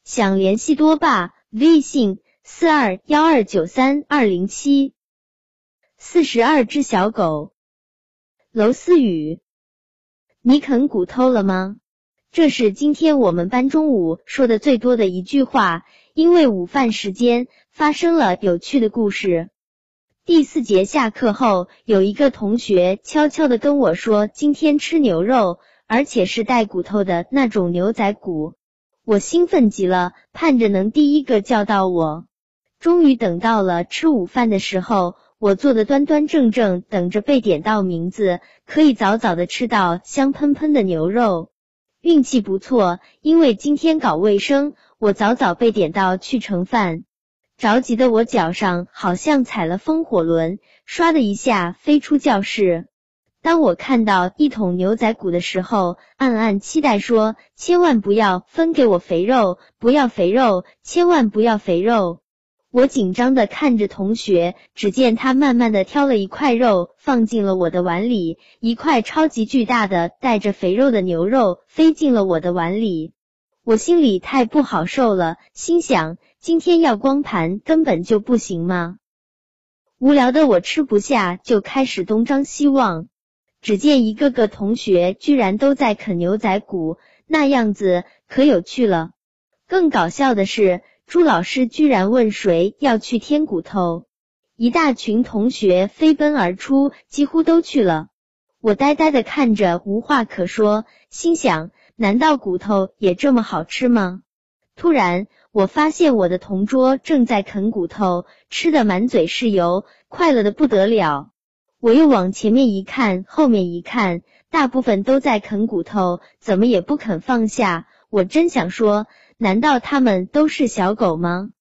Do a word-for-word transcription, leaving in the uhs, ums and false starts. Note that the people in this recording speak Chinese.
想联系多爸，微信四二一二九三二零七。四十二只小狗。娄思雨，你啃骨头了吗？这是今天我们班中午说的最多的一句话，因为午饭时间发生了有趣的故事。第四节下课后，有一个同学悄悄地跟我说今天吃牛肉，而且是带骨头的那种牛仔骨。我兴奋极了，盼着能第一个叫到我。终于等到了吃午饭的时候，我坐得端端正正，等着被点到名字，可以早早的吃到香喷喷的牛肉。运气不错，因为今天搞卫生，我早早被点到去盛饭。着急的我脚上好像踩了风火轮，唰的一下飞出教室。当我看到一桶牛仔骨的时候，暗暗期待说，千万不要分给我肥肉，不要肥肉，千万不要肥肉。我紧张地看着同学，只见他慢慢地挑了一块肉放进了我的碗里，一块超级巨大的带着肥肉的牛肉飞进了我的碗里。我心里太不好受了，心想今天要光盘根本就不行吗？无聊的我吃不下，就开始东张西望。只见一个个同学居然都在啃牛仔骨，那样子可有趣了。更搞笑的是，朱老师居然问谁要去添骨头，一大群同学飞奔而出，几乎都去了。我呆呆地看着，无话可说，心想难道骨头也这么好吃吗？突然我发现我的同桌正在啃骨头，吃得满嘴是油，快乐得不得了。我又往前面一看，后面一看，大部分都在啃骨头，怎么也不肯放下。我真想说，难道他们都是小狗吗？